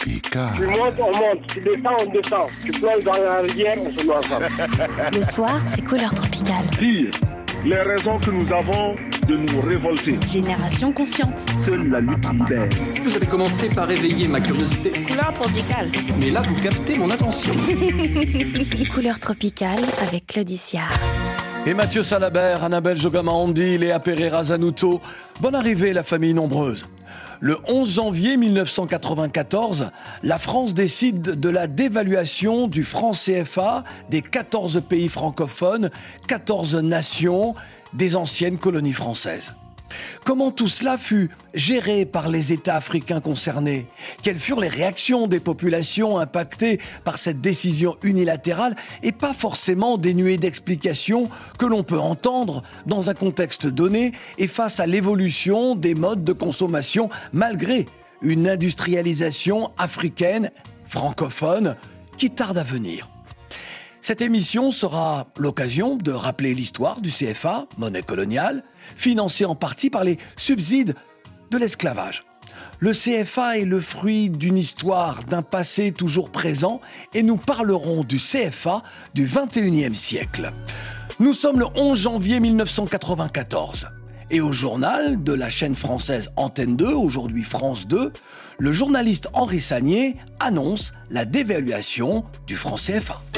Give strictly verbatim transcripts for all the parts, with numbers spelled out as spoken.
tropical. Tu montes, on monte. Tu descends, on descend. Tu plonges dans la rivière, on se met ensemble. Le soir, c'est couleur tropicale. Dire les raisons que nous avons de nous révolter. Génération consciente. Seule la lutte libère. Vous avez commencé par éveiller ma curiosité. Couleur tropicale. Mais là, vous captez mon attention. Couleur tropicale avec Claudicia. Et Mathieu Salabert, Annabelle Jogamandi, Léa Pereira Zanuto. Bonne arrivée, la famille nombreuse. Le onze janvier mille neuf cent quatre-vingt-quatorze, la France décide de la dévaluation du franc C F A des quatorze pays francophones, quatorze nations des anciennes colonies françaises. Comment tout cela fut géré par les États africains concernés? Quelles furent les réactions des populations impactées par cette décision unilatérale et pas forcément dénuée d'explications que l'on peut entendre dans un contexte donné et face à l'évolution des modes de consommation malgré une industrialisation africaine, francophone, qui tarde à venir? Cette émission sera l'occasion de rappeler l'histoire du C F A, monnaie coloniale, financée en partie par les subsides de l'esclavage. Le C F A est le fruit d'une histoire, d'un passé toujours présent, et nous parlerons du C F A du vingt et unième siècle. Nous sommes le onze janvier mille neuf cent quatre-vingt-quatorze. Et au journal de la chaîne française Antenne deux, aujourd'hui France deux, le journaliste Henri Sagnier annonce la dévaluation du franc C F A.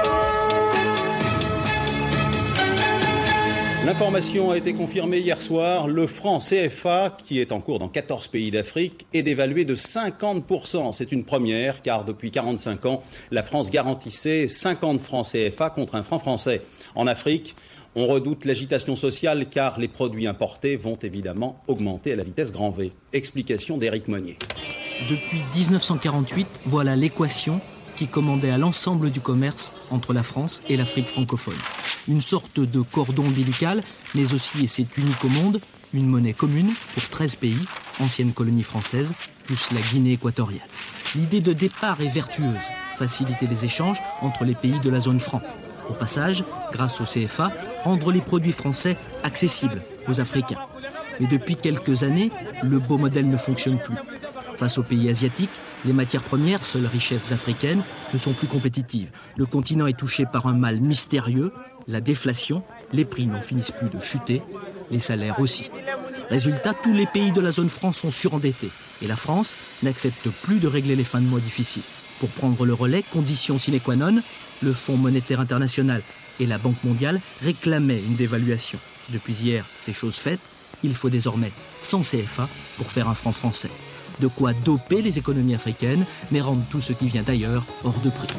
L'information a été confirmée hier soir. Le franc C F A, qui est en cours dans quatorze pays d'Afrique, est dévalué de cinquante pour cent. C'est une première, car depuis quarante-cinq ans, la France garantissait cinquante francs C F A contre un franc français. En Afrique, on redoute l'agitation sociale, car les produits importés vont évidemment augmenter à la vitesse grand V. Explication d'Éric Monnier. Depuis dix-neuf cent quarante-huit, voilà l'équation qui commandait à l'ensemble du commerce entre la France et l'Afrique francophone. Une sorte de cordon ombilical, mais aussi, et c'est unique au monde, une monnaie commune pour treize pays, anciennes colonies françaises, plus la Guinée équatoriale. L'idée de départ est vertueuse, faciliter les échanges entre les pays de la zone franc. Au passage, grâce au C F A, rendre les produits français accessibles aux Africains. Mais depuis quelques années, le beau modèle ne fonctionne plus. Face aux pays asiatiques, les matières premières, seules richesses africaines, ne sont plus compétitives. Le continent est touché par un mal mystérieux, la déflation. Les prix n'en finissent plus de chuter, les salaires aussi. Résultat, tous les pays de la zone franc sont surendettés. Et la France n'accepte plus de régler les fins de mois difficiles. Pour prendre le relais, condition sine qua non, le Fonds monétaire international et la Banque mondiale réclamaient une dévaluation. Depuis hier, c'est chose faite. Il faut désormais cent C F A pour faire un franc français. De quoi doper les économies africaines, mais rendre tout ce qui vient d'ailleurs hors de prix.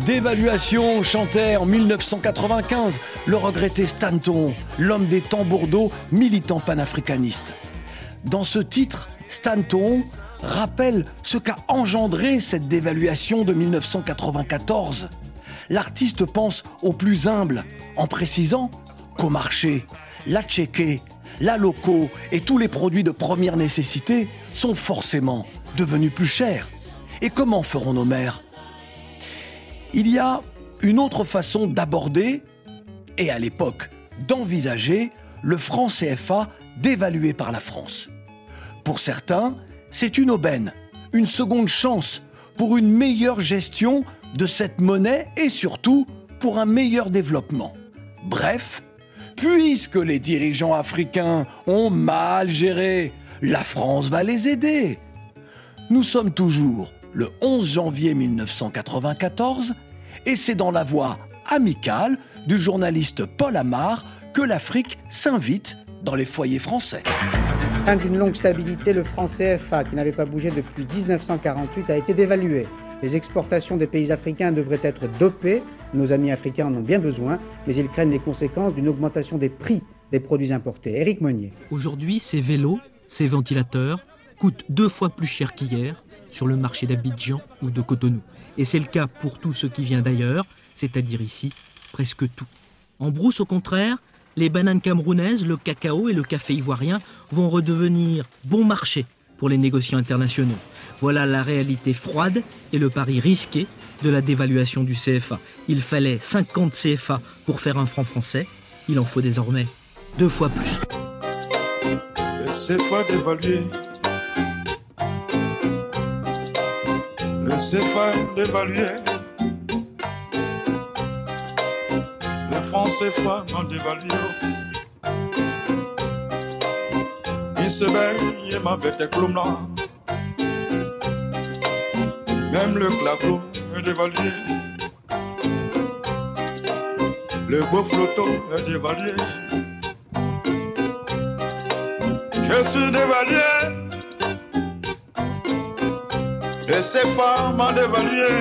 Dévaluation chantait en mille neuf cent quatre-vingt-quinze le regretté Stanton, l'homme des tambours d'eau, militant panafricaniste. Dans ce titre, Stanton rappelle ce qu'a engendré cette dévaluation de mille neuf cent quatre-vingt-quatorze. L'artiste pense aux plus humbles, en précisant qu'au marché, la tchéké, la loco et tous les produits de première nécessité sont forcément devenus plus chers. Et comment feront nos mères ? Il y a une autre façon d'aborder, et à l'époque d'envisager, le franc C F A dévalué par la France. Pour certains, c'est une aubaine, une seconde chance pour une meilleure gestion de cette monnaie et surtout pour un meilleur développement. Bref, puisque les dirigeants africains ont mal géré, la France va les aider. Nous sommes toujours le onze janvier mille neuf cent quatre-vingt-quatorze et c'est dans la voix amicale du journaliste Paul Amar que l'Afrique s'invite dans les foyers français. Fin d'une longue stabilité, le franc C F A, qui n'avait pas bougé depuis dix-neuf cent quarante-huit, a été dévalué. Les exportations des pays africains devraient être dopées. Nos amis africains en ont bien besoin, mais ils craignent les conséquences d'une augmentation des prix des produits importés. Éric Monnier. Aujourd'hui, ces vélos, ces ventilateurs coûtent deux fois plus cher qu'hier sur le marché d'Abidjan ou de Cotonou. Et c'est le cas pour tout ce qui vient d'ailleurs, c'est-à-dire ici, presque tout. En brousse, au contraire, les bananes camerounaises, le cacao et le café ivoirien vont redevenir bon marché pour les négociants internationaux. Voilà la réalité froide et le pari risqué de la dévaluation du C F A. Il fallait cinquante C F A pour faire un franc français. Il en faut désormais deux fois plus. Le C F A dévalué. Le C F A dévalué. Le franc C F A non dévalué. Il se baigne et ma bête est clomna. Même le claclot est dévalué. Le beau flotto est dévalué. Je suis dévalué. Et ces femmes m'ont dévalué.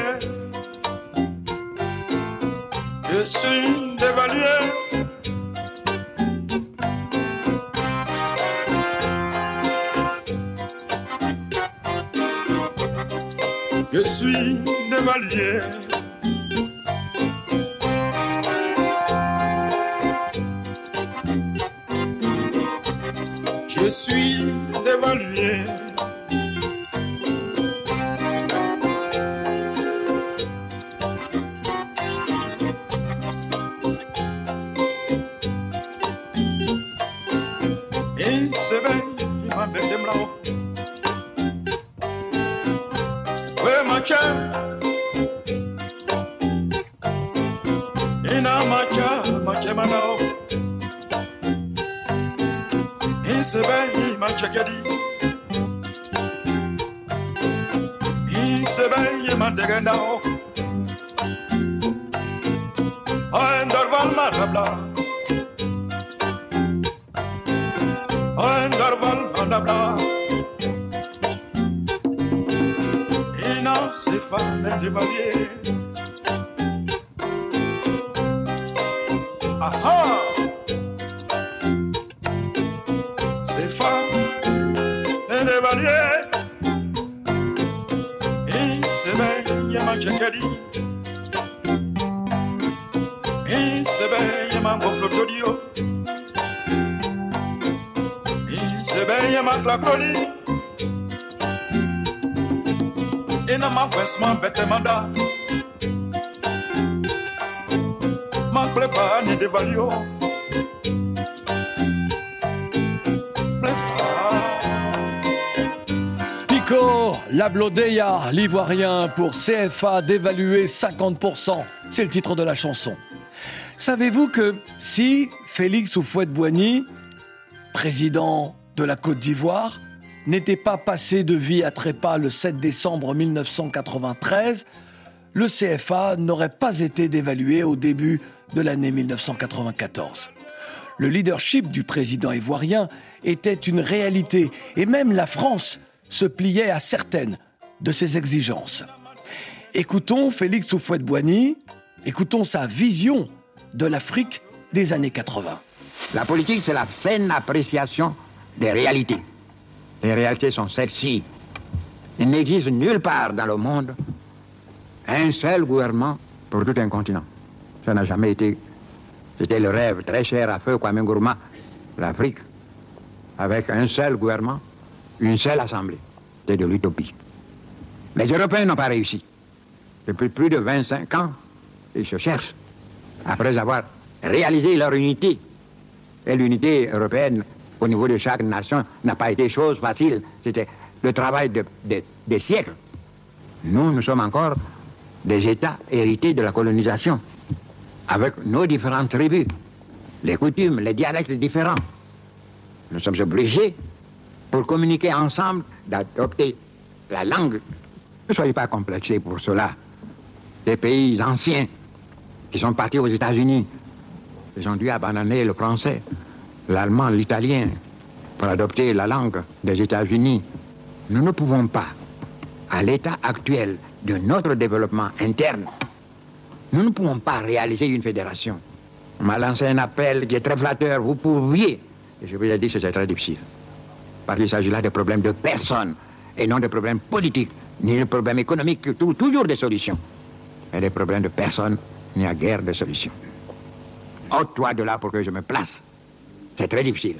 Je suis dévalué. Je suis dévalué. Je suis dévalué. Et c'est bien, il m'a bêté là-haut. Ina macha macha manao. Isebe macha kadi. Isebe mandegandao. Ein darval madabla. Ein darval madabla. Ces femmes dévaluées. Ah ah! Ces femmes dévaluées. Et c'est bien, y'a ma tchakadi. Et c'est bien, y'a ma mofle d'audio. Et c'est bien, y'a ma clacroni. Ina ma vesma bete manda. Ma plepa ne devalio. Pico, la Blodeya, l'ivoirien pour C F A dévalué cinquante pour cent. C'est le titre de la chanson. Savez-vous que si Félix Houphouët-Boigny, président de la Côte d'Ivoire, n'était pas passé de vie à trépas le sept décembre mille neuf cent quatre-vingt-treize, le C F A n'aurait pas été dévalué au début de l'année mille neuf cent quatre-vingt-quatorze. Le leadership du président ivoirien était une réalité et même la France se pliait à certaines de ses exigences. Écoutons Félix Houphouët-Boigny, écoutons sa vision de l'Afrique des années quatre-vingts. La politique, c'est la saine appréciation des réalités. Les réalités sont celles-ci. Il n'existe nulle part dans le monde un seul gouvernement pour tout un continent. Ça n'a jamais été... C'était le rêve très cher à feu Kwame Nkrumah, l'Afrique, avec un seul gouvernement, une seule assemblée. C'était de l'utopie. Les Européens n'ont pas réussi. Depuis plus de vingt-cinq ans, ils se cherchent, après avoir réalisé leur unité. Et l'unité européenne, au niveau de chaque nation, n'a pas été chose facile. C'était le travail de, de, des siècles. Nous, nous sommes encore des États hérités de la colonisation, avec nos différentes tribus, les coutumes, les dialectes différents. Nous sommes obligés, pour communiquer ensemble, d'adopter la langue. Ne soyez pas complexés pour cela. Des pays anciens qui sont partis aux États-Unis, ils ont dû abandonner le français, l'allemand, l'italien, pour adopter la langue des États-Unis. Nous ne pouvons pas, à l'état actuel de notre développement interne, nous ne pouvons pas réaliser une fédération. On m'a lancé un appel qui est très flatteur. Vous pouviez. Et je vous ai dit que c'est très difficile. Parce qu'il s'agit là de problèmes de personnes et non de problèmes politiques, ni de problèmes économiques, tout, toujours des solutions. Mais des problèmes de personnes, il n'y a guère de solutions. Ôte-toi de là pour que je me place. C'est très difficile.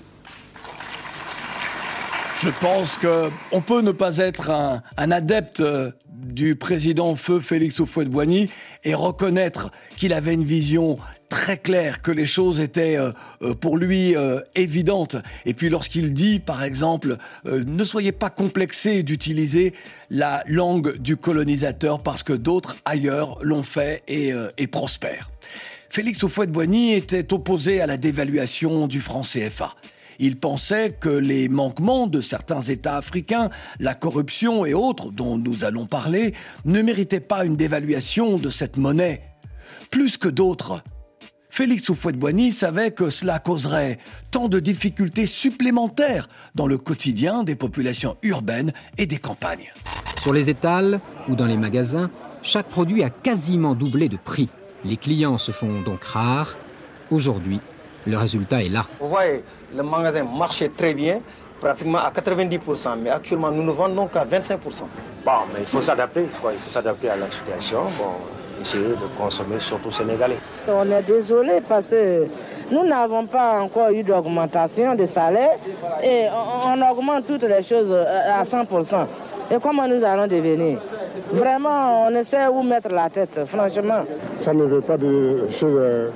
Je pense qu'on peut ne pas être un, un adepte du président feu Félix Houphouët-Boigny et reconnaître qu'il avait une vision très claire, que les choses étaient euh, pour lui euh, évidentes. Et puis lorsqu'il dit, par exemple, euh, ne soyez pas complexés d'utiliser la langue du colonisateur parce que d'autres ailleurs l'ont fait et, euh, et prospèrent. Félix Houphouët-Boigny était opposé à la dévaluation du franc C F A. Il pensait que les manquements de certains États africains, la corruption et autres dont nous allons parler, ne méritaient pas une dévaluation de cette monnaie. Plus que d'autres, Félix Houphouët-Boigny savait que cela causerait tant de difficultés supplémentaires dans le quotidien des populations urbaines et des campagnes. Sur les étals ou dans les magasins, chaque produit a quasiment doublé de prix. Les clients se font donc rares. Aujourd'hui, le résultat est là. Vous voyez, le magasin marchait très bien, pratiquement à quatre-vingt-dix pour cent, mais actuellement nous ne vendons qu'à vingt-cinq pour cent. Bon, mais il faut s'adapter, quoi. Il faut s'adapter à la situation, bon, essayer de consommer surtout sénégalais. On est désolé parce que nous n'avons pas encore eu d'augmentation de salaire et on augmente toutes les choses à cent pour cent. Et comment nous allons devenir? Vraiment, on essaie où mettre la tête, franchement. Ça ne veut pas de choses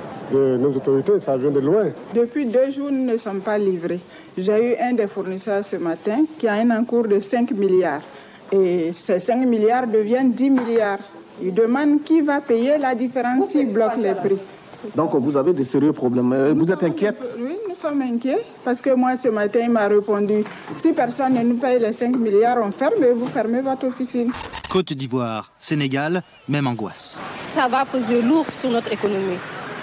de nos autorités, ça vient de loin. Depuis deux jours, nous ne sommes pas livrés. J'ai eu un des fournisseurs ce matin qui a un encours de cinq milliards. Et ces cinq milliards deviennent dix milliards. Il demande qui va payer la différence s'il bloque les prix. Donc vous avez de sérieux problèmes. Vous êtes inquiète? Oui, nous sommes inquiets. Parce que moi, ce matin, il m'a répondu, si personne ne nous paye les cinq milliards, on ferme et vous fermez votre officine. Côte d'Ivoire, Sénégal, même angoisse. Ça va peser lourd sur notre économie,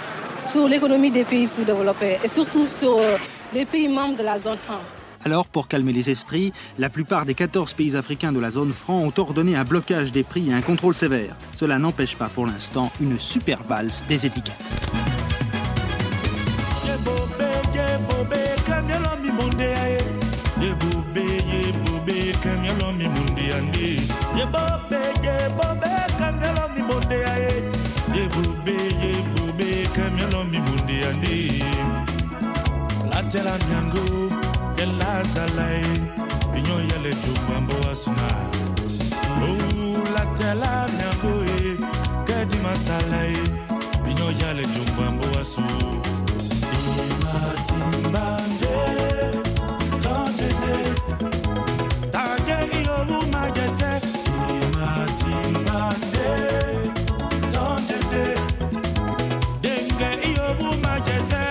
sur l'économie des pays sous-développés et surtout sur les pays membres de la zone franc. Alors, pour calmer les esprits, la plupart des quatorze pays africains de la zone franc ont ordonné un blocage des prix et un contrôle sévère. Cela n'empêche pas pour l'instant une super valse des étiquettes. La zalai, binyo yale jumbo asuna. Oh, la tela nyango e, kadi masalai, binyo yale jumbo asu. Imatimbande, tantede, tage iyobu majese. Imatimbande, tantede, denge iyobu majese.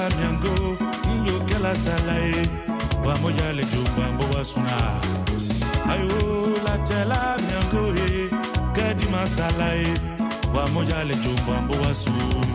tela miango inyo kela salae wa moya le jumbo wasuna ayo la tela miango e kadi masalae wa moya le jumbo wasu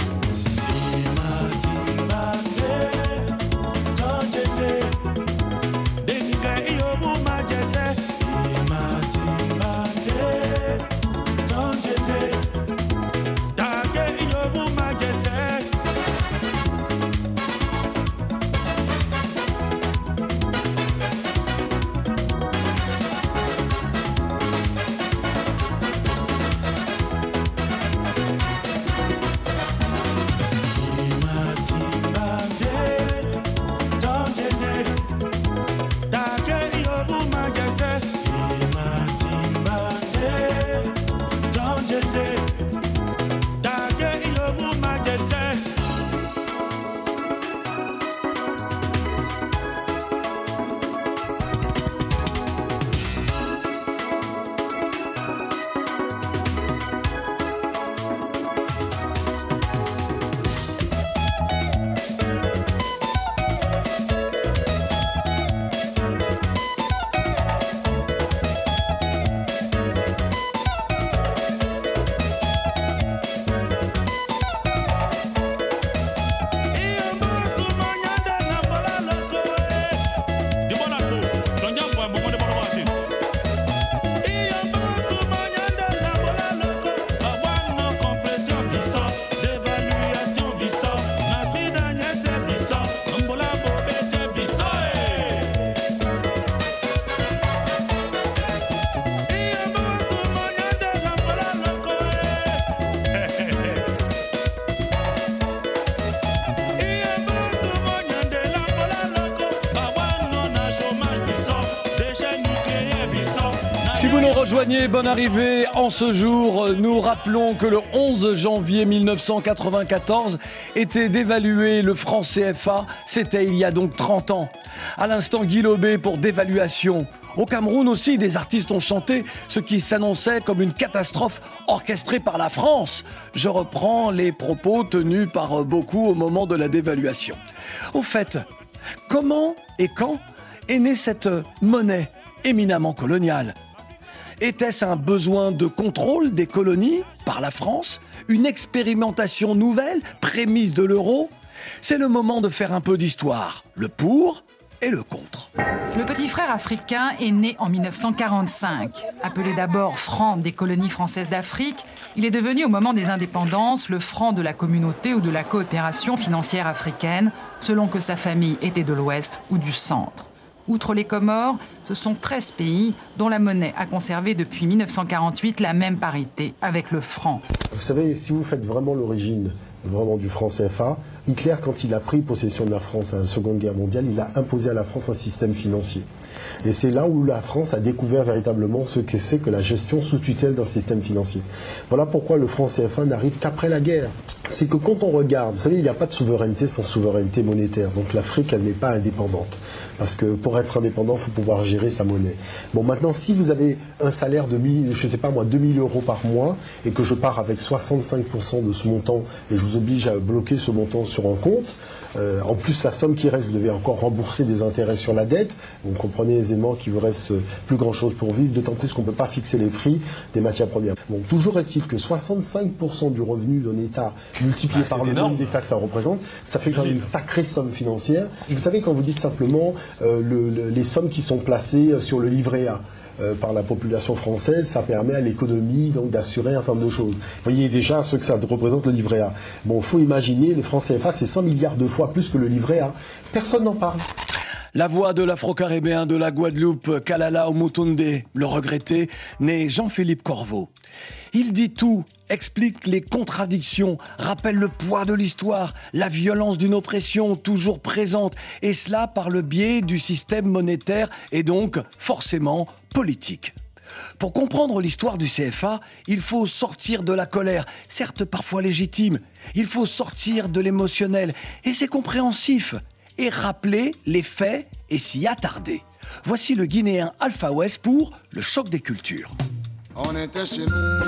Si vous nous rejoignez, bonne arrivée en ce jour. Nous rappelons que le onze janvier mille neuf cent quatre-vingt-quatorze était dévalué le franc C F A. C'était il y a donc trente ans. À l'instant, Guy Lobé pour dévaluation. Au Cameroun aussi, des artistes ont chanté ce qui s'annonçait comme une catastrophe orchestrée par la France. Je reprends les propos tenus par beaucoup au moment de la dévaluation. Au fait, comment et quand est née cette monnaie éminemment coloniale ? Était-ce un besoin de contrôle des colonies par la France ? Une expérimentation nouvelle, prémisse de l'euro ? C'est le moment de faire un peu d'histoire, le pour et le contre. Le petit frère africain est né en mille neuf cent quarante-cinq. Appelé d'abord franc des colonies françaises d'Afrique, il est devenu au moment des indépendances le franc de la communauté ou de la coopération financière africaine, selon que sa famille était de l'Ouest ou du Centre. Outre les Comores, ce sont treize pays dont la monnaie a conservé depuis mille neuf cent quarante-huit la même parité avec le franc. Vous savez, si vous faites vraiment l'origine vraiment du franc C F A, Hitler, quand il a pris possession de la France à la Seconde Guerre mondiale, il a imposé à la France un système financier. Et c'est là où la France a découvert véritablement ce que c'est que la gestion sous tutelle d'un système financier. Voilà pourquoi le franc C F A n'arrive qu'après la guerre. C'est que quand on regarde, vous savez, il n'y a pas de souveraineté sans souveraineté monétaire. Donc l'Afrique, elle n'est pas indépendante. Parce que pour être indépendant, il faut pouvoir gérer sa monnaie. Bon, maintenant, si vous avez un salaire de, je sais pas moi, deux mille euros par mois, et que je pars avec soixante-cinq pour cent de ce montant, et je vous oblige à bloquer ce montant sur un compte, euh, en plus la somme qui reste, vous devez encore rembourser des intérêts sur la dette, vous comprenez aisément qu'il vous reste plus grand chose pour vivre, d'autant plus qu'on ne peut pas fixer les prix des matières premières. Bon, toujours est-il que soixante-cinq pour cent du revenu d'un État multiplié bah, par le nombre d'États que ça représente, ça fait quand même une sacrée somme financière. Et vous savez, quand vous dites simplement euh, le, le, les sommes qui sont placées sur le livret A, Euh, par la population française, ça permet à l'économie donc d'assurer un certain nombre de choses. Vous voyez déjà ce que ça représente le livret A. Bon, il faut imaginer, le franc C F A, c'est cent milliards de fois plus que le livret A. Personne n'en parle. La voix de l'Afro-Caribéen de la Guadeloupe, Kalala Omotunde, le regretté, né Jean-Philippe Corveau. Il dit tout, explique les contradictions, rappelle le poids de l'histoire, la violence d'une oppression toujours présente, et cela par le biais du système monétaire et donc forcément politique. Pour comprendre l'histoire du C F A, il faut sortir de la colère, certes parfois légitime, il faut sortir de l'émotionnel, et c'est compréhensif, et rappeler les faits et s'y attarder. Voici le Guinéen Alpha West pour le choc des cultures. On était chez nous,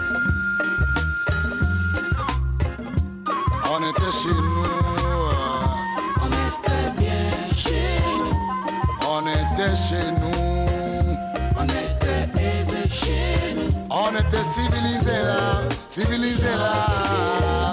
on était chez nous, était chez nous. On était aisé chez nous. On était civilisé là, civilisé là.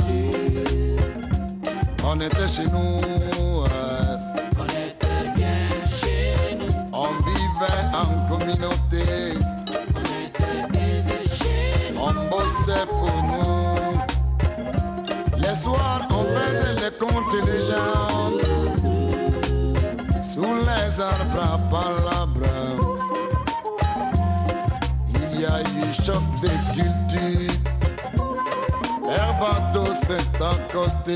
On était chez nous. Ouais. On était bien chez nous. On vivait en communauté. On était aisé chez nous. On bossait pour nous. Les soirs, on faisait les contes et les légendes. Sous les arbres à palabres. Il y a eu choc de culture. Air bateau s'est accosté.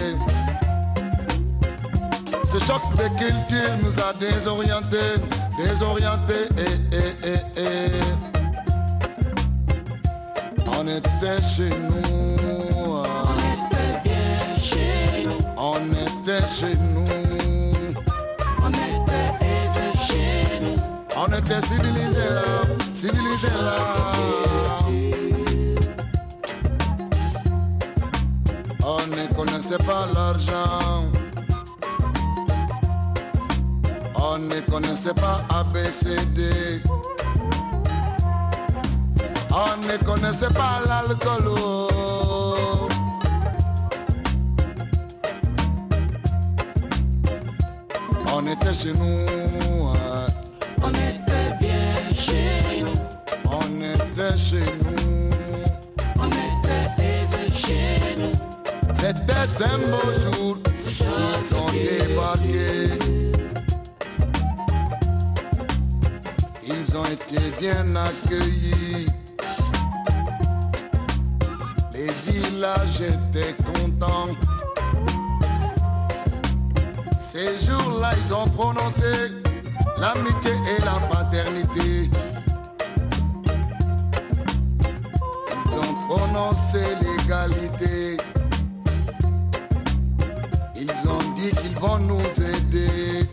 Ce choc de culture nous a désorientés, désorientés, et, et, et, et. On était chez nous. On était bien chez nous. On était chez nous. On était aisés chez nous. On était civilisés là, civilisés là. On ne connaissait pas l'argent. On ne connaissait pas A B C D. On ne connaissait pas l'alcool. On était chez nous. On était bien chez nous. On était chez nous. On était aisés chez nous. C'était un beau jour. Ils ont débarqué. Ils ont été bien accueillis. Les villages étaient contents. Ces jours-là, ils ont prononcé l'amitié et la fraternité. Ils ont prononcé l'égalité. Ils ont dit qu'ils vont nous aider.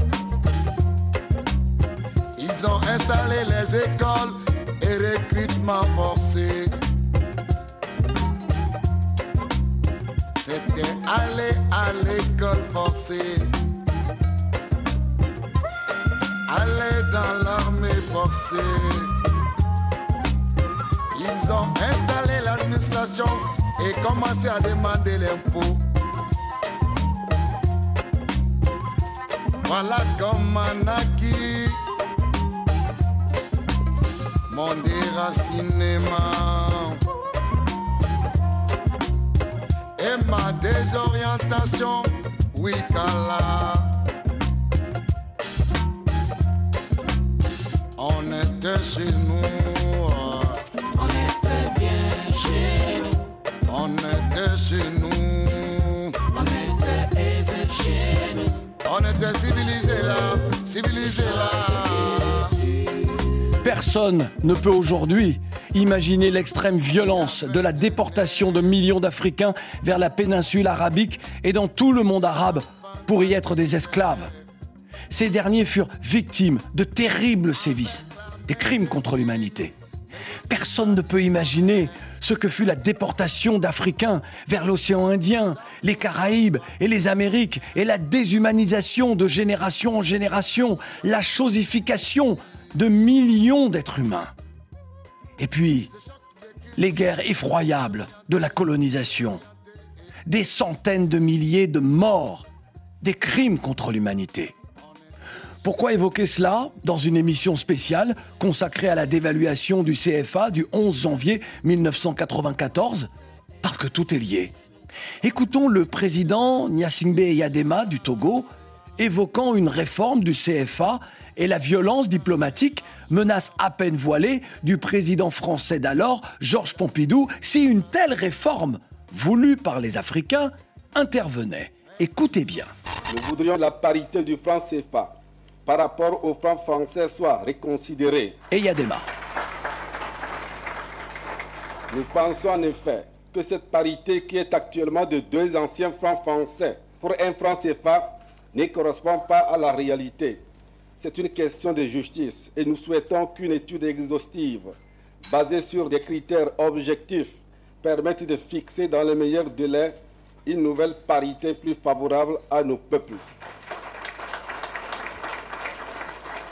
Ils ont installé les écoles et recrutement forcé. C'était aller à l'école forcée. Aller dans l'armée forcée. Ils ont installé l'administration et commencé à demander l'impôt. Voilà comme un acquis mon déracinement et ma désorientation, oui, Kala. On était chez nous. On était bien chez nous. On était chez nous. On était aisés chez nous. On était civilisés là, civilisés là. Personne ne peut aujourd'hui imaginer l'extrême violence de la déportation de millions d'Africains vers la péninsule arabique et dans tout le monde arabe pour y être des esclaves. Ces derniers furent victimes de terribles sévices, des crimes contre l'humanité. Personne ne peut imaginer ce que fut la déportation d'Africains vers l'océan Indien, les Caraïbes et les Amériques, et la déshumanisation de génération en génération, la chosification de millions d'êtres humains. Et puis, les guerres effroyables de la colonisation, des centaines de milliers de morts, des crimes contre l'humanité. Pourquoi évoquer cela dans une émission spéciale consacrée à la dévaluation du C F A du onze janvier mille neuf cent quatre-vingt-quatorze ? Parce que tout est lié. Écoutons le président Gnassingbé Eyadema du Togo évoquant une réforme du C F A et la violence diplomatique, menace à peine voilée du président français d'alors, Georges Pompidou, si une telle réforme, voulue par les Africains, intervenait. Écoutez bien. Nous voudrions que la parité du franc C F A par rapport au franc français soit reconsidérée. Eyadema. Nous pensons en effet que cette parité qui est actuellement de deux anciens francs français pour un franc C F A ne correspond pas à la réalité. C'est une question de justice et nous souhaitons qu'une étude exhaustive basée sur des critères objectifs permette de fixer dans les meilleurs délais une nouvelle parité plus favorable à nos peuples.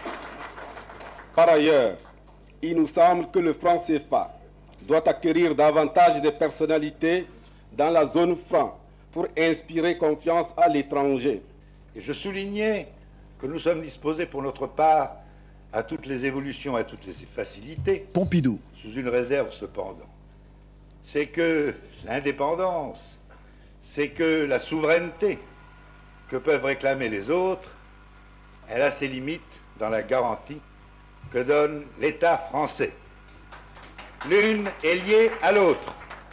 Par ailleurs, il nous semble que le franc C F A doit acquérir davantage de personnalités dans la zone franc pour inspirer confiance à l'étranger. Et je soulignais que nous sommes disposés pour notre part à toutes les évolutions, à toutes les facilités. Pompidou. Sous une réserve cependant. C'est que l'indépendance, c'est que la souveraineté que peuvent réclamer les autres, elle a ses limites dans la garantie que donne l'État français. L'une est liée à l'autre.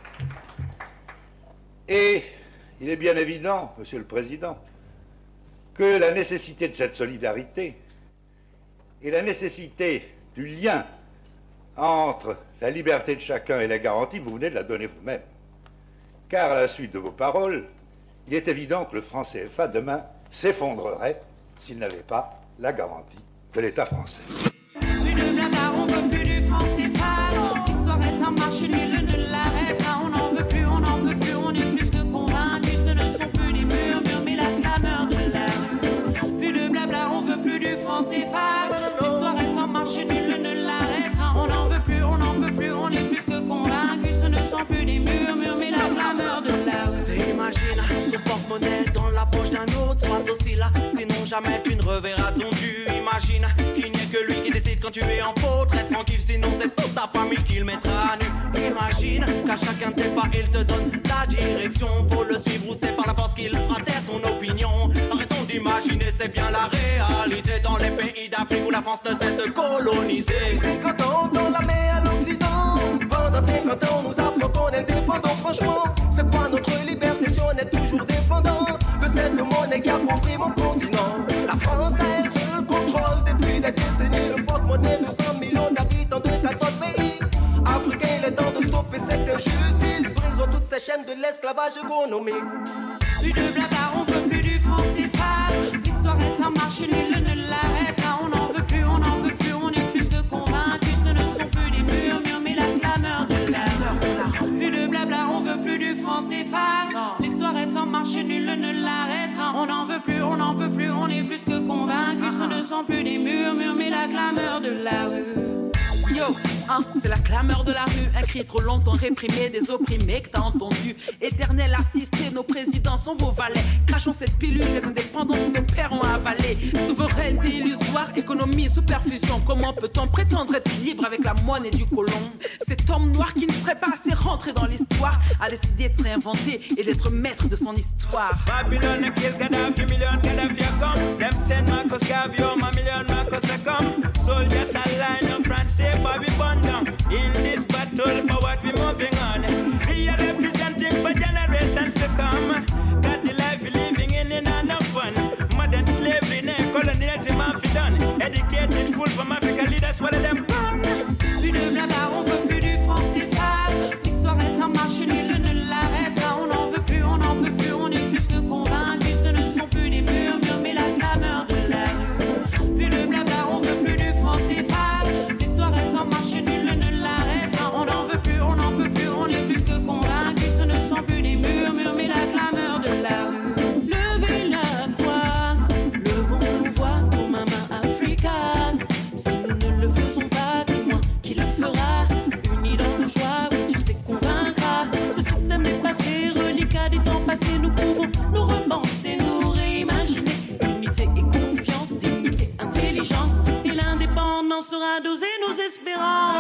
Et il est bien évident, Monsieur le Président, que la nécessité de cette solidarité et la nécessité du lien entre la liberté de chacun et la garantie, vous venez de la donner vous-même. Car à la suite de vos paroles, il est évident que le franc C F A demain s'effondrerait s'il n'avait pas la garantie de l'État français. Plus de blabla, on veut plus du franc C F A. L'histoire est en marche, nul ne l'arrêtera. On n'en veut plus, on n'en peut plus, on est plus que convaincus. Ce ne sont plus des murmures, mais la clameur de la rue. Plus de blabla, on veut plus du franc C F A. L'histoire est en marche, nul ne l'arrêtera. On n'en veut plus, on n'en peut plus, on est plus que convaincus. Ce ne sont plus des murmures, mais la clameur de la rue. Imagine ce porte-monnaie dans la poche d'un autre, sois docile, sinon jamais tu ne reverras ton dû. Imagine qu'il n'y a que lui qui décide quand tu es en faute. Reste tranquille, sinon c'est toute ta famille qui le mettra à nu. Imagine qu'à chacun de tes pas il te donne la direction. Faut le suivre ou c'est par la force qu'il fera taire ton opinion. Arrêtons d'imaginer, c'est bien la réalité dans les pays d'Afrique où la France ne cesse de coloniser. cinquante ans dans la mer à l'Occident. Pendant cinquante ans nous appelons qu'on est dépendant. Franchement, c'est quoi notre liberté si on est toujours dépendant de cette monnaie qui appauvrit mon continent? La France a elle seule le contrôle depuis des décennies. Le porte-monnaie de cent millions d'habitants de quatorze pays africains. Il est temps de stopper cette injustice. Brisons toutes ces chaînes de l'esclavage économique. Plus de blabla, on veut plus du franc C F A. L'histoire est en marche, nul ne l'arrêtera. On n'en veut plus, on n'en veut plus, on est plus que convaincus. Ce ne sont plus des murmures, mais la clameur de la rue. Plus de blabla, on veut plus du franc C F A. L'histoire est en marche, nul ne l'arrêtera. On n'en veut plus, on n'en peut plus, on est plus que convaincus. Ce ne sont plus des murmures, mais la clameur de la rue. Yo, hein, c'est la clameur de la rue, un cri trop longtemps réprimé des opprimés que t'as entendu. Éternel assisté, nos présidents sont vos valets. Crachons cette pilule, les indépendances que nos pères ont avalées. Souveraineté illusoire, économie sous perfusion. Comment peut-on prétendre être libre avec la monnaie du colon? Cet homme noir qui ne serait pas assez rentré dans l'histoire a décidé de se réinventer et d'être maître de son histoire. Babylone a kill Gaddafi, million Gaddafi a come. Them send Marcos Gavio, my million Marcos a come. Soldiers align of France, we burn down in this battle for what we're moving on. We are representing for generations to come. Got the life we're living in in enough fun. Modern slavery, now colonialism have done. Educated fool from Africa leaders, what of them gone? Plus de blabla, on veut plus du franc C F A. L'histoire est en marche, nul ne l'arrêtera. On n'en veut plus, on n'en peut plus, on est plus que convaincus. Ce ne sont plus des murmures, mais la clameur de la rue. Plus de blabla, on veut plus du franc C F A. L'histoire est en marche, nul ne l'arrêtera. On n'en veut plus, on n'en peut plus, on est plus que convaincus. Ce ne sont plus des murmures, mais la clameur de la rue. Levez la voix, levons nos voix pour Mama Africa. Si nous ne le faisons pas, dis-moi qui le fera. Unis dans nos joies, oui tu sais qu'on vaincra. Ce système est passé, reliquat des temps passés. Nous pouvons nous repenser, nous réimaginer. Unité et confiance, dignité, intelligence. Et l'indépendance sera dosée nos espérances.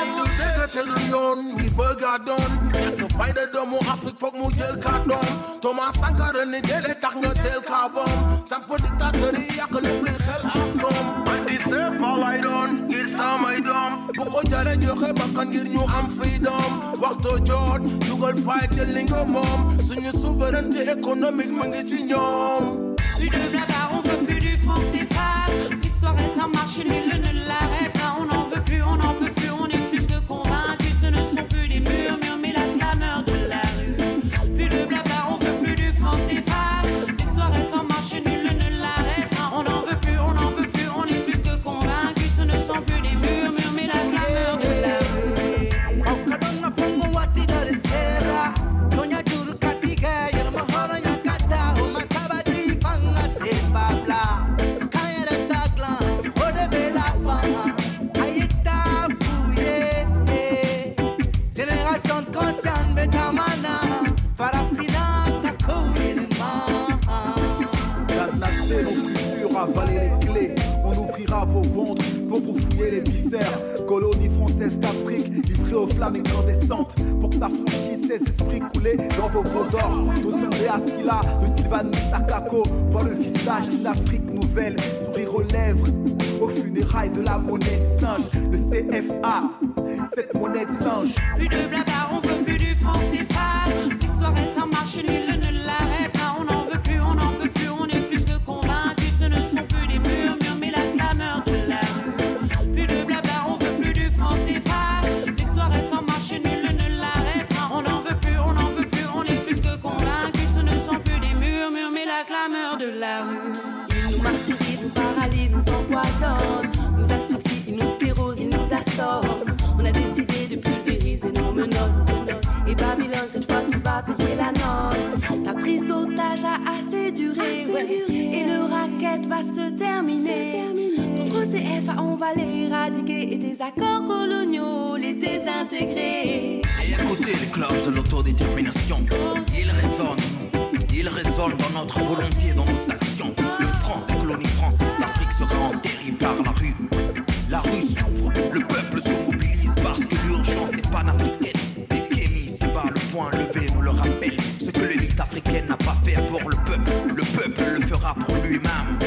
Thomas Sankara ne jëlee tax nga teel kaa bom samp dictateur yi yàq lépp luy xel ak ñoom man di seet ma lay doon ngir samay doom bu ko jaree joxe bakkan ngir ñu am freedom waxtoo jot jugal fight jël li nga moom suñu souveraineté économique ma ngi ci ñoom. Plus de blabla, on veut plus du franc C F A. L'histoire est en marche, nul ne l'arrêtera. On n'en veut plus, on n'en peut plus, on est plus que convaincus. Ce ne sont plus des murmures, mais la clameur de la rue. Plus de blabla, on veut plus du franc C F A. L'histoire est en marche, nul ne l'arrêtera. On n'en veut plus, on n'en peut plus, on est plus que convaincus. Ce ne sont plus des murmures, mais la clameur de la rue. Babla, Kayere Daglan, Odebela. ventre pour vous fouiller les viscères. Colonie française d'Afrique, livrée aux flammes incandescentes pour que ça franchisse ces esprits coulés dans vos veaux d'or. D'Ossendé Asila, de Sylvanus Sakako, voit le visage d'une Afrique nouvelle, sourire aux lèvres, aux funérailles de la monnaie de singe, le C F A, cette monnaie de singe. Plus de blabla, on veut plus du franc C F A. L'histoire est en marche et nul ne l'arrêtera. On n'en veut plus, on n'en peut plus, on est plus que convaincus. Ce ne sont plus des murmures, mais la clameur de la rue. Plus de blabla, on veut plus du franc C F A. L'histoire est en marche et nul ne l'arrêtera. On n'en veut plus, on n'en peut plus, on est plus que convaincus. Ce ne sont plus des murmures, mais la clameur de la rue. Ils nous martyrisent, nous paralysent, nous empoisonnent, nous asphyxient, ils nous sclérosent, ils nous assorment. On a décidé de pulvériser nos menottes. Et Babylone, cette fois tu vas payer la note. Ta prise d'otage a assez duré, assez ouais. duré. Et le racket va se terminer. Ton franc C F A, on va l'éradiquer. Et tes accords coloniaux, les désintégrer. Et à côté les cloches de l'autodétermination, ils résonnent en nous, ils résonnent dans notre volonté, dans nos actions. Le franc des colonies françaises d'Afrique sera enterré par la rue. La rue s'ouvre, le peuple se mobilise parce que l'urgence est panafricaine. Les Kémis, c'est bas le point levé, nous le rappelle. Ce que l'élite africaine n'a pas fait pour le peuple, le peuple le fera pour lui-même.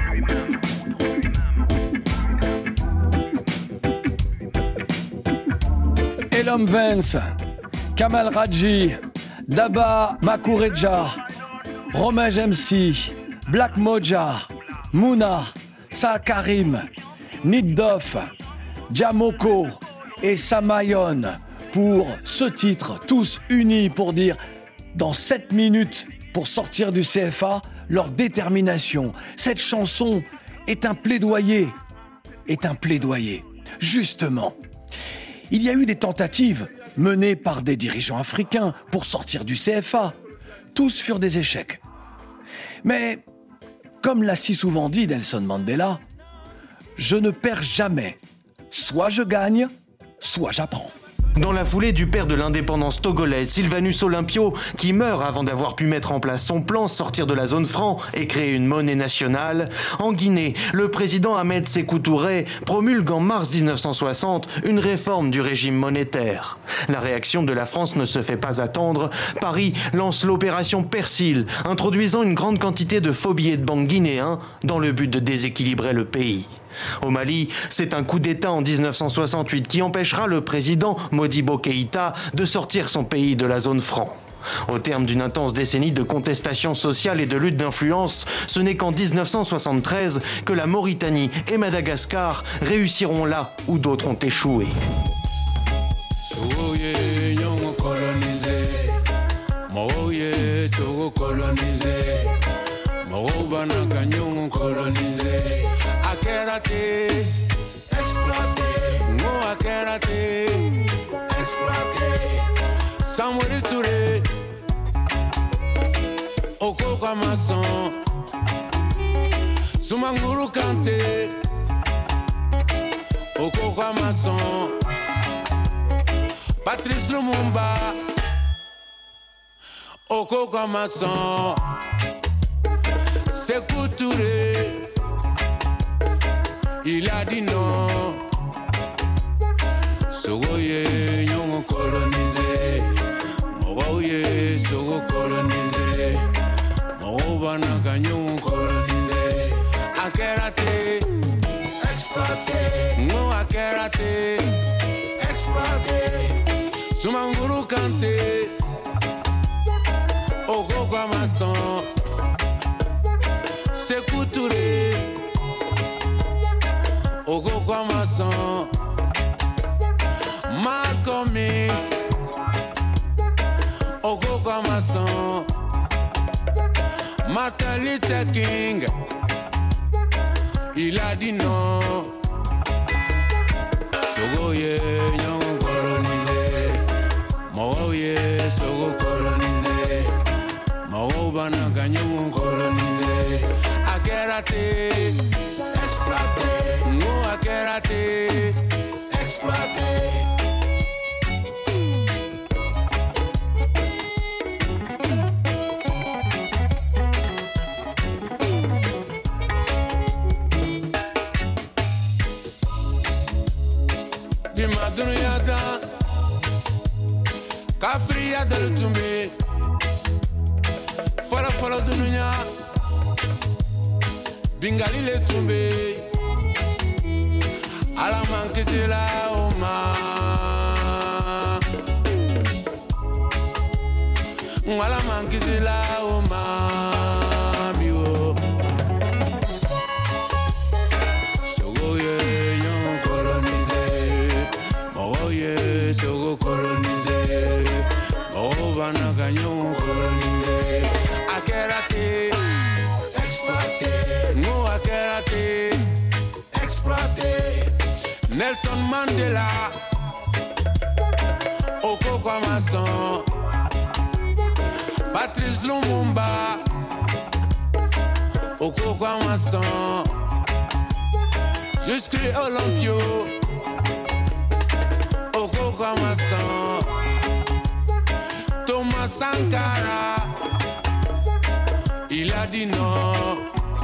Elom Vance, Kamal Radji, Daba Makureja, Romej M C, Black Moja, Mouna, Sa Karim, Niddoff, Jamoko et Samayon pour ce titre, tous unis pour dire dans sept minutes pour sortir du C F A leur détermination. Cette chanson est un plaidoyer, est un plaidoyer. Justement, il y a eu des tentatives menées par des dirigeants africains pour sortir du C F A. Tous furent des échecs. Mais, comme l'a si souvent dit Nelson Mandela, je ne perds jamais. Soit je gagne, soit j'apprends. Dans la foulée du père de l'indépendance togolaise, Sylvanus Olympio, qui meurt avant d'avoir pu mettre en place son plan, sortir de la zone franc et créer une monnaie nationale, en Guinée, le président Ahmed Sékou Touré promulgue en mars dix-neuf cent soixante une réforme du régime monétaire. La réaction de la France ne se fait pas attendre. Paris lance l'opération Persil, introduisant une grande quantité de faux billets de banque guinéens dans le but de déséquilibrer le pays. Au Mali, c'est un coup d'État en dix-neuf cent soixante-huit qui empêchera le président Modibo Keïta de sortir son pays de la zone franc. Au terme d'une intense décennie de contestation sociale et de lutte d'influence, ce n'est qu'en dix-neuf cent soixante-treize que la Mauritanie et Madagascar réussiront là où d'autres ont échoué. Akerate, exploité, mo akerate, exploité. Samuel Touré, Oko Kamason, Sumanguru Kante, Oko Kamason, Patrice Lumumba, Oko Kamason, Sékou Touré. Il a dit non. Sogoye, nyongo colonisé. Mogoye, sogo colonisé. Mogobana kanyongo colonisé. Akerate, exploité. No akerate, exploité. Sumanguru Kante. Oko Kamason. Sékou Touré. Oko Kamason, Malcolm X, Oko Kamason, Martin Luther King, il a dit non. Sogoye, nyongo colonisé, Mogoye, sogo colonisé, Mogobana kanyongo colonisé, Akerate. Exploité, nous à keraté, exploité. Bima dunuyata Kafriya dalu tumbe Fala fala dunuya Bingali le tumbe Ala mankisi la oma Ala mankisi la oma Biwo Sogo ye yon colonize Mogo ye sogo colonize Mogo bana kanyon colonize Akerate Exploité No akerate Exploité Nelson Mandela Oko Kwamason Patrice Lumumba Oko Kwamason Jusqu'à Olympio Oko Kwamason Thomas Sankara Il a dit non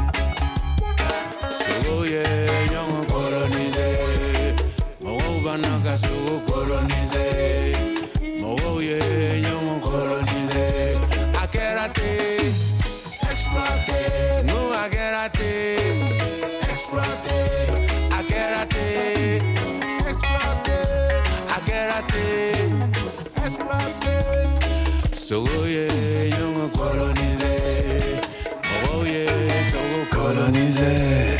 Sogoye yon colonisé Banaka sogo colonisé, Mogoye yon colonisé. Akerate, exploité, nous akerate, exploité, akerate, exploité, akerate, exploité. Sogoye yon colonisé, Mogoye sogo colonisé.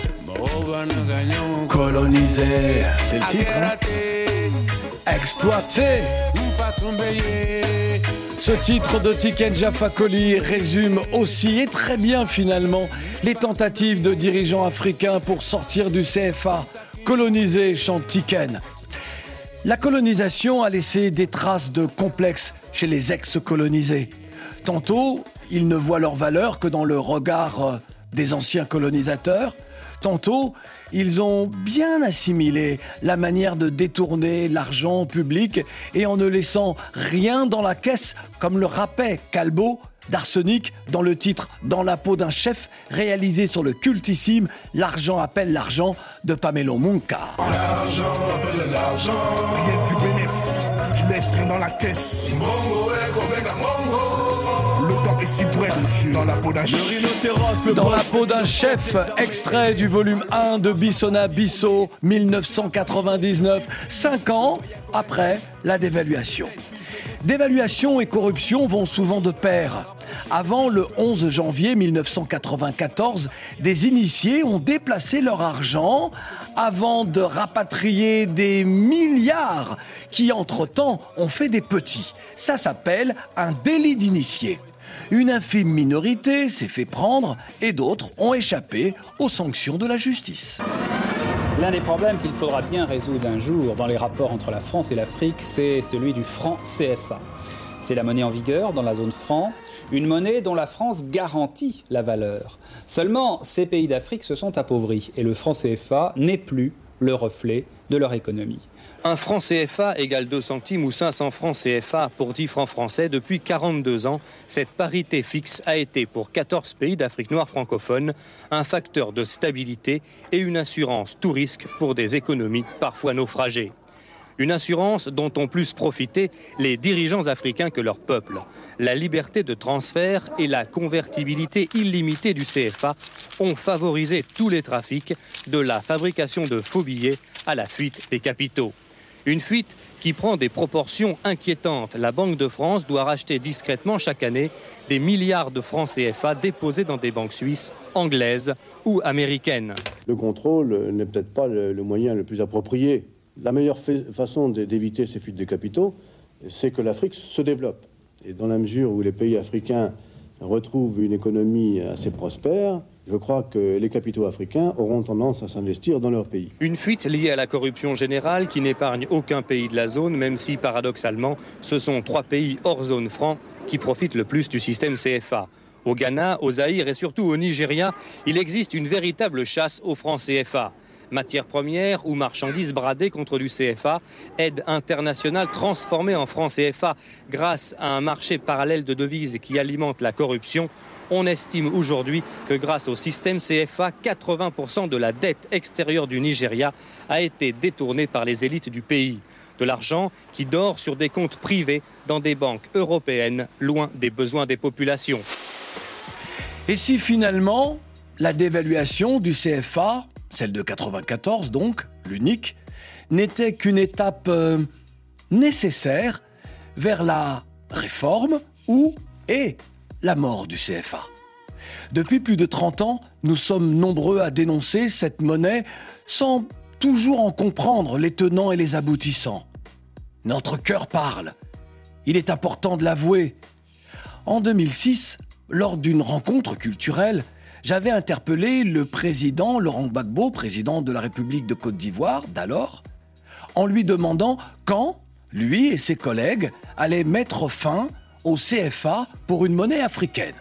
Colonisé, c'est le titre, hein? Exploité. Ce titre de Tiken Jah Fakoly résume aussi et très bien finalement les tentatives de dirigeants africains pour sortir du C F A. Colonisé, chante Tiken. La colonisation a laissé des traces de complexe chez les ex-colonisés. Tantôt, ils ne voient leur valeur que dans le regard des anciens colonisateurs. Tantôt, ils ont bien assimilé la manière de détourner l'argent public et en ne laissant rien dans la caisse, comme le rappait Calbo d'Arsenic dans le titre « Dans la peau d'un chef » réalisé sur le cultissime « L'argent appelle l'argent » de Pamelo Munka. L'argent appelle l'argent, rien de plus bénéfice, je laisse rien dans la caisse. Le temps est si bref, dans la peau d'un chef. Dans la peau d'un chef, extrait du volume un de Bissona Bisso, mille neuf cent quatre-vingt-dix-neuf, cinq ans après la dévaluation. Dévaluation et corruption vont souvent de pair. Avant le onze janvier mille neuf cent quatre-vingt-quatorze, des initiés ont déplacé leur argent avant de rapatrier des milliards qui, entre-temps, ont fait des petits. Ça s'appelle un délit d'initié. Une infime minorité s'est fait prendre et d'autres ont échappé aux sanctions de la justice. L'un des problèmes qu'il faudra bien résoudre un jour dans les rapports entre la France et l'Afrique, c'est celui du franc C F A. C'est la monnaie en vigueur dans la zone franc, une monnaie dont la France garantit la valeur. Seulement, ces pays d'Afrique se sont appauvris et le franc C F A n'est plus le reflet de leur économie. Un franc C F A égale deux centimes ou cinq cents francs C F A pour dix francs français. Depuis quarante-deux ans, cette parité fixe a été pour quatorze pays d'Afrique noire francophone un facteur de stabilité et une assurance tout risque pour des économies parfois naufragées. Une assurance dont ont plus profité les dirigeants africains que leur peuple. La liberté de transfert et la convertibilité illimitée du C F A ont favorisé tous les trafics, de la fabrication de faux billets à la fuite des capitaux. Une fuite qui prend des proportions inquiétantes. La Banque de France doit racheter discrètement chaque année des milliards de francs C F A déposés dans des banques suisses, anglaises ou américaines. Le contrôle n'est peut-être pas le, le moyen le plus approprié. La meilleure façon d'éviter ces fuites de capitaux, c'est que l'Afrique se développe. Et dans la mesure où les pays africains retrouvent une économie assez prospère, je crois que les capitaux africains auront tendance à s'investir dans leur pays. Une fuite liée à la corruption générale qui n'épargne aucun pays de la zone, même si, paradoxalement, ce sont trois pays hors zone franc qui profitent le plus du système C F A. Au Ghana, au Zaïre et surtout au Nigeria, il existe une véritable chasse aux francs C F A. Matières premières ou marchandises bradées contre du C F A, aide internationale transformée en francs C F A grâce à un marché parallèle de devises qui alimente la corruption. On estime aujourd'hui que grâce au système C F A, quatre-vingts pour cent de la dette extérieure du Nigeria a été détournée par les élites du pays. De l'argent qui dort sur des comptes privés dans des banques européennes, loin des besoins des populations. Et si finalement, la dévaluation du C F A, celle de quatre-vingt-quatorze donc, l'unique, n'était qu'une étape euh, nécessaire vers la réforme ou et la mort du C F A. Depuis plus de trente ans, nous sommes nombreux à dénoncer cette monnaie sans toujours en comprendre les tenants et les aboutissants. Notre cœur parle. Il est important de l'avouer. En deux mille six, lors d'une rencontre culturelle, j'avais interpellé le président Laurent Gbagbo, président de la République de Côte d'Ivoire d'alors, en lui demandant quand lui et ses collègues allaient mettre fin au C F A pour une monnaie africaine.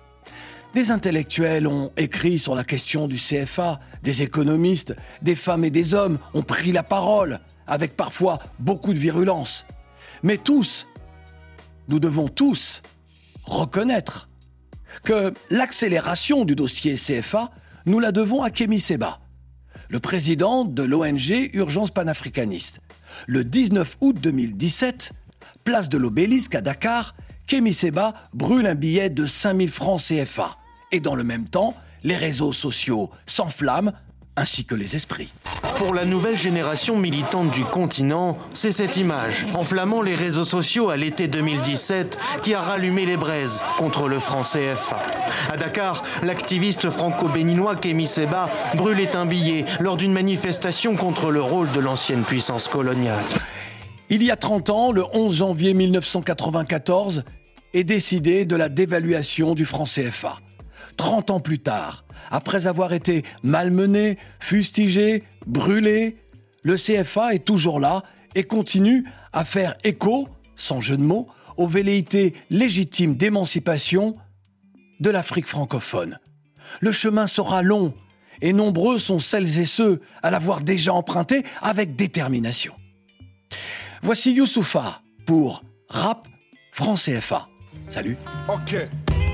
Des intellectuels ont écrit sur la question du C F A, des économistes, des femmes et des hommes ont pris la parole, avec parfois beaucoup de virulence. Mais tous, nous devons tous reconnaître que l'accélération du dossier C F A, nous la devons à Kémy Séba, le président de l'O N G Urgence panafricaniste. Le dix-neuf août deux mille dix-sept, place de l'Obélisque à Dakar, Kémy Séba brûle un billet de cinq mille francs C F A. Et dans le même temps, les réseaux sociaux s'enflamment, ainsi que les esprits. Pour la nouvelle génération militante du continent, c'est cette image, enflammant les réseaux sociaux à l'été deux mille dix-sept, qui a rallumé les braises contre le franc C F A. À Dakar, l'activiste franco-béninois Kémy Séba brûlait un billet lors d'une manifestation contre le rôle de l'ancienne puissance coloniale. Il y a trente ans, le onze janvier mille neuf cent quatre-vingt-quatorze, est décidé de la dévaluation du franc C F A. trente ans plus tard, après avoir été malmené, fustigé, brûlé, le C F A est toujours là et continue à faire écho, sans jeu de mots, aux velléités légitimes d'émancipation de l'Afrique francophone. Le chemin sera long et nombreux sont celles et ceux à l'avoir déjà emprunté avec détermination. Voici Youssoupha pour Rap Franc C F A. Salut. Ok.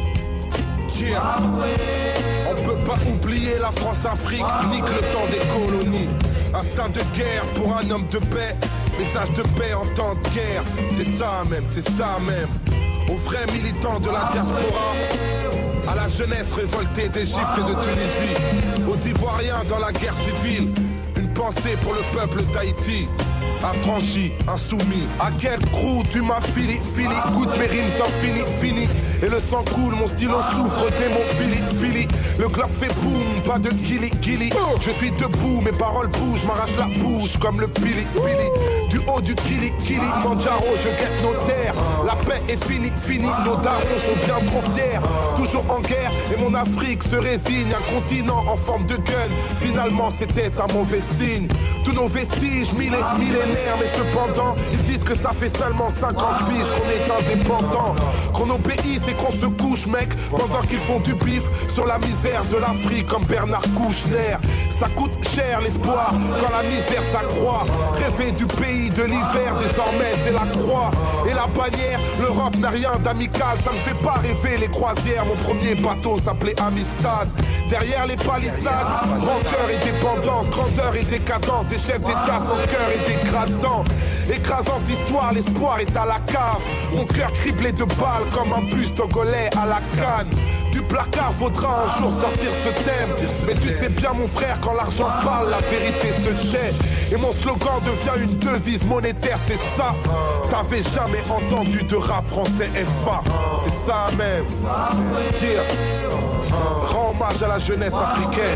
Yeah. On peut pas oublier la France-Afrique, nique le temps des colonies. Instinct de guerre pour un homme de paix, message de paix en temps de guerre. C'est ça même, c'est ça même. Aux vrais militants de la diaspora, à la jeunesse révoltée d'Égypte et de Tunisie, aux Ivoiriens dans la guerre civile, une pensée pour le peuple d'Haïti. Affranchi, insoumis. À quel crew tu m'as fili, fili. Goûte mes rimes sans fini, fini. Et le sang coule, mon stylo souffre, démon fili, fili. Le glock fait boum, pas de gilly, gilly. Je suis debout, mes paroles bougent, m'arrache la bouche comme le pili, pili. Du haut du kili, kili, Manjaro, je guette nos terres. La paix est finie, finie, nos darons sont bien trop fiers. Toujours en guerre, et mon Afrique se résigne. Un continent en forme de gun, finalement c'était un mauvais signe. Tous nos vestiges, mille et millénaires, mais cependant, ils disent que ça fait seulement cinquante piges qu'on est indépendant. Qu'on obéisse et qu'on se couche, mec, pendant qu'ils font du bif sur la misère de l'Afrique comme Bernard Kouchner. Ça coûte cher l'espoir quand la misère s'accroît. Rêver du pays de l'hiver, désormais c'est la croix. Et la bannière, l'Europe n'a rien d'amical, ça ne fait pas rêver les croisières. Mon premier bateau s'appelait Amistad. Derrière les palissades, rancœur et dépendance, grandeur et décadence, des chefs d'État sans cœur et dégradant. Écrasant d'histoire, l'espoir est à la cave. Mon cœur criblé de balles comme un bus togolais à la canne. Du placard faudra un jour sortir ce thème. Mais tu sais bien mon frère, quand l'argent parle, la vérité se tait. Et mon slogan devient une devise monétaire, c'est ça. T'avais jamais entendu de rap français F A. C'est ça même. Yeah. Rends hommage à la jeunesse africaine.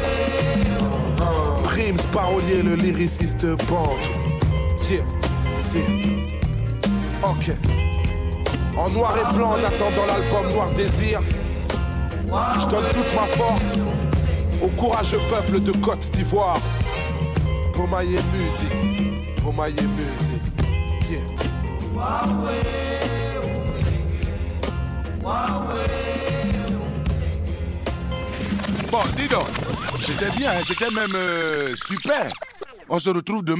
Primes, parolier, le lyriciste bande. Yeah, yeah. Ok. En noir et blanc, en attendant l'album Noir Désir, je donne toute ma force au courageux peuple de Côte d'Ivoire. Pomaye musique, Pomaye musique. Yeah. Bon, dis donc. C'était bien, hein, c'était même euh, super. On se retrouve demain.